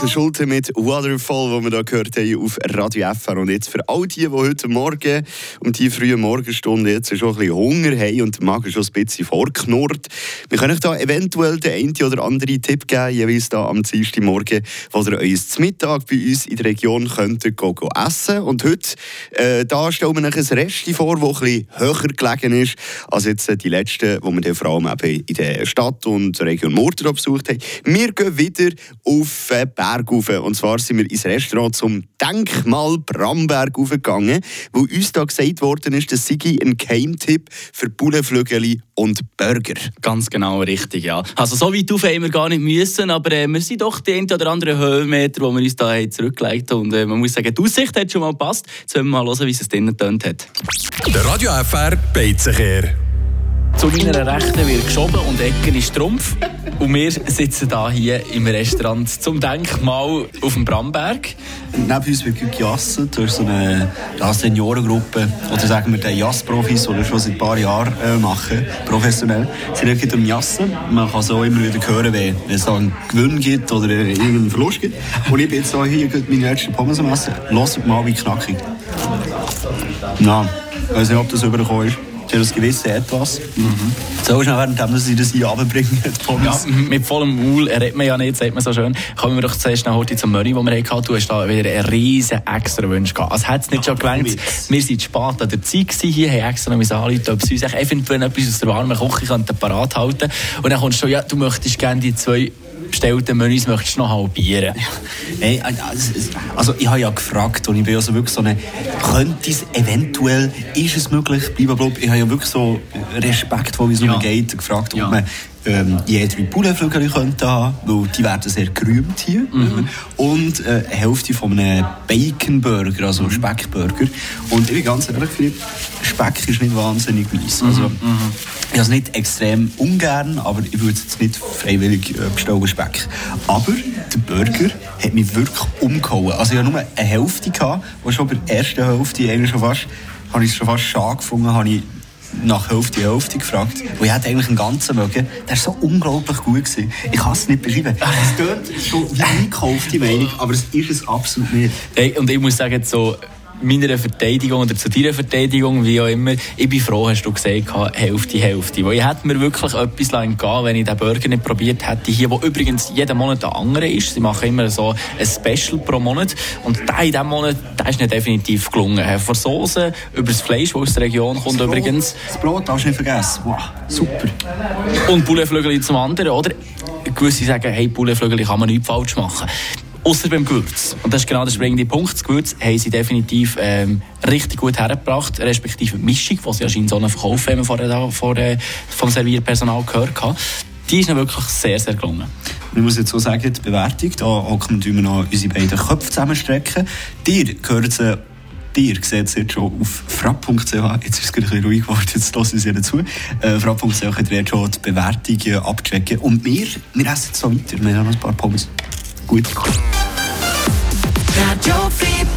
Schulte mit Waterfall, die wir hier gehört haben auf Radio FR. Und jetzt für all die heute Morgen um die frühe Morgenstunde jetzt schon ein bisschen Hunger haben und der Magen schon ein bisschen vorknurrt. Wir können euch da eventuell den einen oder anderen Tipp geben, jeweils da am Dienstagmorgen, wo ihr euch zum Mittag bei uns in der Region könntet go essen. Und heute da stellen wir euch ein Resti vor, das ein bisschen höher gelegen ist als jetzt die letzten, die wir vor allem eben in der Stadt und der Region Murten besucht haben. Wir gehen wieder auf Berg rauf. Und zwar sind wir ins Restaurant zum Denkmal Bramberg raufgegangen, wo uns da gesagt worden ist, das sei ein Geheimtipp für Bullenflügel und Burger. Ganz genau richtig, ja. Also so weit rauf haben wir gar nicht müssen, aber wir sind doch die ein oder anderen Höhenmeter, die wir uns da zurückgelegt haben. Und man muss sagen, die Aussicht hat schon mal gepasst. Jetzt wollen wir mal hören, wie es drinnen getönt hat. Der Radio FR Beizenkehr. Zu meiner Rechten wird geschoben und Ecken ist Trumpf. Und wir sitzen hier im Restaurant zum Denkmal auf dem Bramberg. Neben uns wird gejasset durch so eine Seniorengruppe. Oder sagen wir die Jazzprofis, die das schon seit ein paar Jahren machen, professionell. Sie reden um Jassen. Man kann so immer wieder hören, wenn es da einen Gewinn gibt oder irgendeinen Verlust gibt. Und ich bin jetzt hier meine letzte Pommes am Essen. Hört mal, wie knackig. Na, ich weiß nicht, ob das übergekommen ist. Das gewisse Etwas. So schnell, während sie das hier runterbringen. Ja, mit vollem Maul redet man ja nicht, sagt man so schön. Kommen wir doch zuerst noch heute zum Menü, das wir hatten. Du hast da wieder einen riesen extra Wunsch gehabt. Also hat es nicht schon gelangt. Wir waren spät an der Zeit hier, haben extra noch anrufen, ob sie uns eventuell etwas aus der warmen Küche parat halten könnten. Und dann kommst du ja, du möchtest gerne die 2 bestellten Menüs möchtest du noch halbieren. Hey, also ich habe ja gefragt und ich bin also wirklich so eine, könnte es eventuell, ist es möglich, blablabla. Ich habe ja wirklich so Respekt, wie es geht, gefragt, ob man je 3 Bullenflügel könnte haben, weil die werden sehr gerühmt hier. Und eine Hälfte von einem Bacon-Burger, also Speckburger. Und ich bin ganz ehrlich, Philipp, Speck ist nicht wahnsinnig meins. Also, ich habe es nicht extrem ungern, aber ich würde jetzt nicht freiwillig bestellen, Speck. Aber der Burger hat mich wirklich umgehauen. Also ich hatte nur eine Hälfte gehabt, und schon bei der ersten Hälfte eigentlich habe ich es schon fast schade gefunden, habe ich nach Hälfte gefragt. Und ich hätte eigentlich einen ganzen mögen. Der war so unglaublich gut gewesen. Ich kann es nicht beschreiben. Es tut schon wie eingekauft, die Meinung, aber es ist es absolut nicht. Hey, und ich muss sagen, so meiner Verteidigung oder zu deiner Verteidigung, wie auch immer, ich bin froh, hast du gesagt, Hälfte. Weil ich hätte mir wirklich etwas entgehen, wenn ich den Burger nicht probiert hätte. Hier, wo übrigens jeden Monat ein anderer ist. Sie machen immer so ein Special pro Monat. Und der in diesem Monat, der ist mir definitiv gelungen. Von Soße über das Fleisch, das aus der Region kommt das übrigens. Das Brot darfst du nicht vergessen. Wow, super. Und Bullenflügel zum anderen, oder? Gewisse sagen, hey, Bullenflügel kann man nichts falsch machen. Ausser beim Gewürz. Und das ist genau der springende Punkt. Das Gewürz haben sie definitiv richtig gut hergebracht, respektive die Mischung, die sie anscheinend so einen Verkauf haben vom Servierpersonal gehört haben. Die ist noch wirklich sehr, sehr gelungen. Ich muss jetzt so sagen, die Bewertung, da hocken wir noch unsere beiden Köpfe zusammenstrecken. Ihr seht es jetzt schon auf frapp.ch. Jetzt ist es ein bisschen ruhig geworden, jetzt hören Sie ihnen zu. Frapp.ch könnt ihr jetzt schon die Bewertung abchecken. Und wir essen jetzt so weiter. Wir haben noch ein paar Pommes. Gut. Radio Free